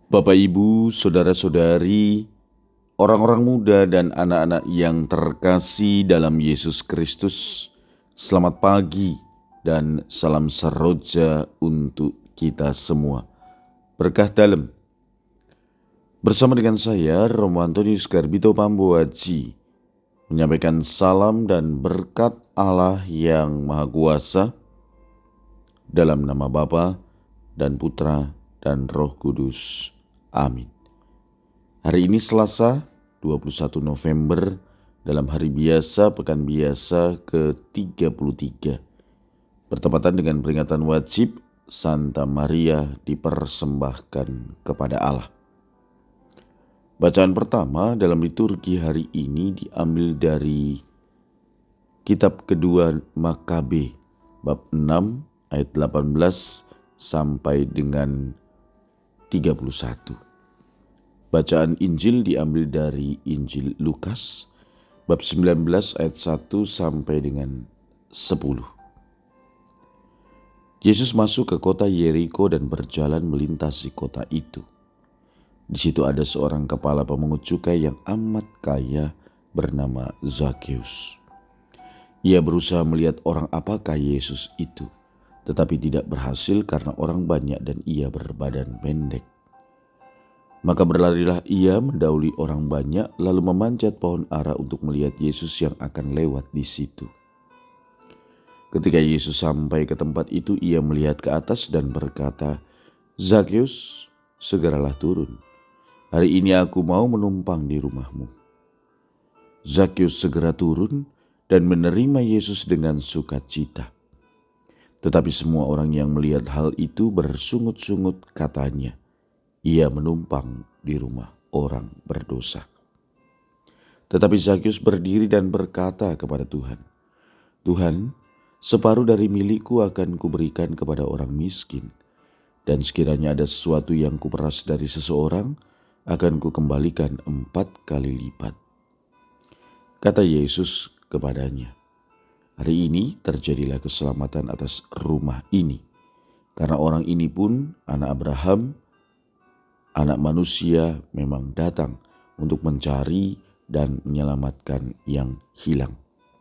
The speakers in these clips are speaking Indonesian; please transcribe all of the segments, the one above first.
Bapak, Ibu, saudara-saudari, orang-orang muda dan anak-anak yang terkasih dalam Yesus Kristus, selamat pagi dan salam seroja untuk kita semua. Berkah dalam. Bersama dengan saya, Romo Antonius Garbito Pambuaji, menyampaikan salam dan berkat Allah yang Maha Kuasa dalam nama Bapa dan Putra dan Roh Kudus. Amin. Hari ini Selasa 21 November dalam hari biasa pekan biasa ke-33. Bertepatan dengan peringatan wajib Santa Maria dipersembahkan kepada Allah. Bacaan pertama dalam liturgi hari ini diambil dari kitab kedua Makabe bab 6 ayat 18 sampai dengan 31. Bacaan Injil diambil dari Injil Lukas bab 19 ayat 1 sampai dengan 10. Yesus masuk ke kota Yeriko dan berjalan melintasi kota itu. Di situ ada seorang kepala pemungut cukai yang amat kaya bernama Zakheus. Ia berusaha melihat orang apakah Yesus itu, tetapi tidak berhasil karena orang banyak dan ia berbadan pendek. Maka berlarilah ia mendahului orang banyak lalu memanjat pohon ara untuk melihat Yesus yang akan lewat di situ. Ketika Yesus sampai ke tempat itu, ia melihat ke atas dan berkata, "Zakheus, segeralah turun. Hari ini aku mau menumpang di rumahmu." Zakheus segera turun dan menerima Yesus dengan sukacita. Tetapi semua orang yang melihat hal itu bersungut-sungut katanya, "Ia menumpang di rumah orang berdosa." Tetapi Zakheus berdiri dan berkata kepada Tuhan, "Tuhan, separuh dari milikku akan kuberikan kepada orang miskin, dan sekiranya ada sesuatu yang kuperas dari seseorang, akan kukembalikan 4 kali lipat." Kata Yesus kepadanya, "Hari ini terjadilah keselamatan atas rumah ini, karena orang ini pun anak Abraham. Anak manusia memang datang untuk mencari dan menyelamatkan yang hilang."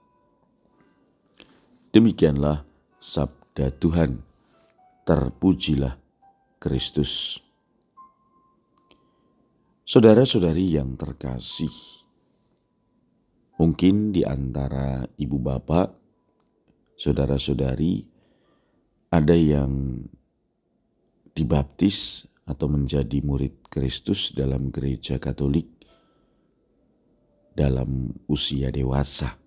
Demikianlah sabda Tuhan. Terpujilah Kristus. Saudara-saudari yang terkasih, mungkin di antara ibu bapak, saudara-saudari, ada yang dibaptis atau menjadi murid Kristus dalam gereja Katolik dalam usia dewasa.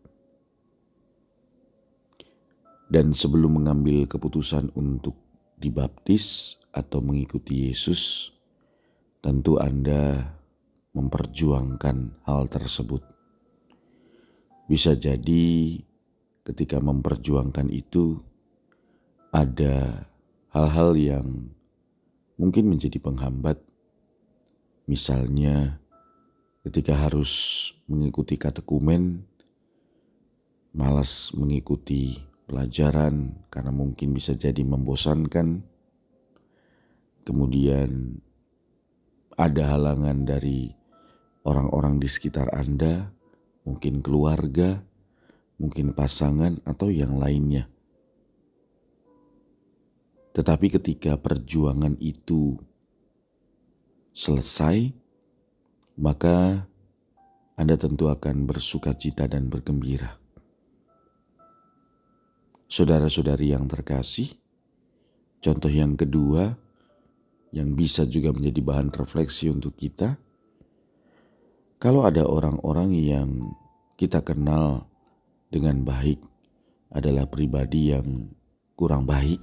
Dan sebelum mengambil keputusan untuk dibaptis atau mengikuti Yesus, tentu Anda memperjuangkan hal tersebut. Bisa jadi ketika memperjuangkan itu ada hal-hal yang mungkin menjadi penghambat. Misalnya ketika harus mengikuti katekumen, malas mengikuti pelajaran karena mungkin bisa jadi membosankan. Kemudian ada halangan dari orang-orang di sekitar Anda, mungkin keluarga, mungkin pasangan atau yang lainnya. Tetapi ketika perjuangan itu selesai, maka Anda tentu akan bersukacita dan bergembira. Saudara-saudari yang terkasih, contoh yang kedua yang bisa juga menjadi bahan refleksi untuk kita, kalau ada orang-orang yang kita kenal dengan baik adalah pribadi yang kurang baik,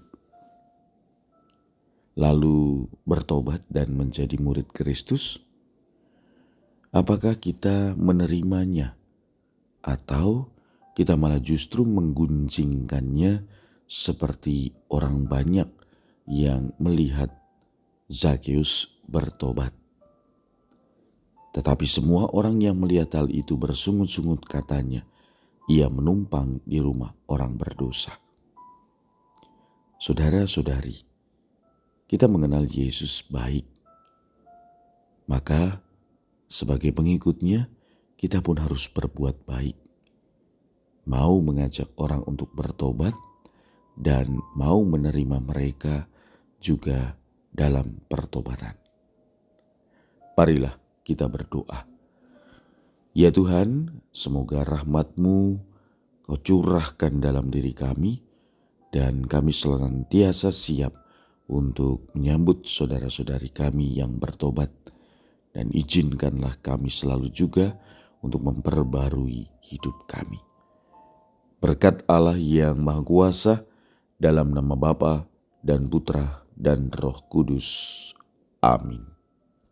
lalu bertobat dan menjadi murid Kristus, apakah kita menerimanya atau kita malah justru menggunjingkannya seperti orang banyak yang melihat Zakheus bertobat? Tetapi semua orang yang melihat hal itu bersungut-sungut katanya, "Ia menumpang di rumah orang berdosa." Saudara-saudari, kita mengenal Yesus baik. Maka sebagai pengikutnya, kita pun harus berbuat baik, mau mengajak orang untuk bertobat, dan mau menerima mereka juga dalam pertobatan. Marilah kita berdoa. Ya Tuhan, semoga rahmat-Mu Kau curahkan dalam diri kami, dan kami senantiasa siap untuk menyambut saudara-saudari kami yang bertobat, dan izinkanlah kami selalu juga untuk memperbarui hidup kami. Berkat Allah yang Maha Kuasa, dalam nama Bapa dan Putra dan Roh Kudus. Amin.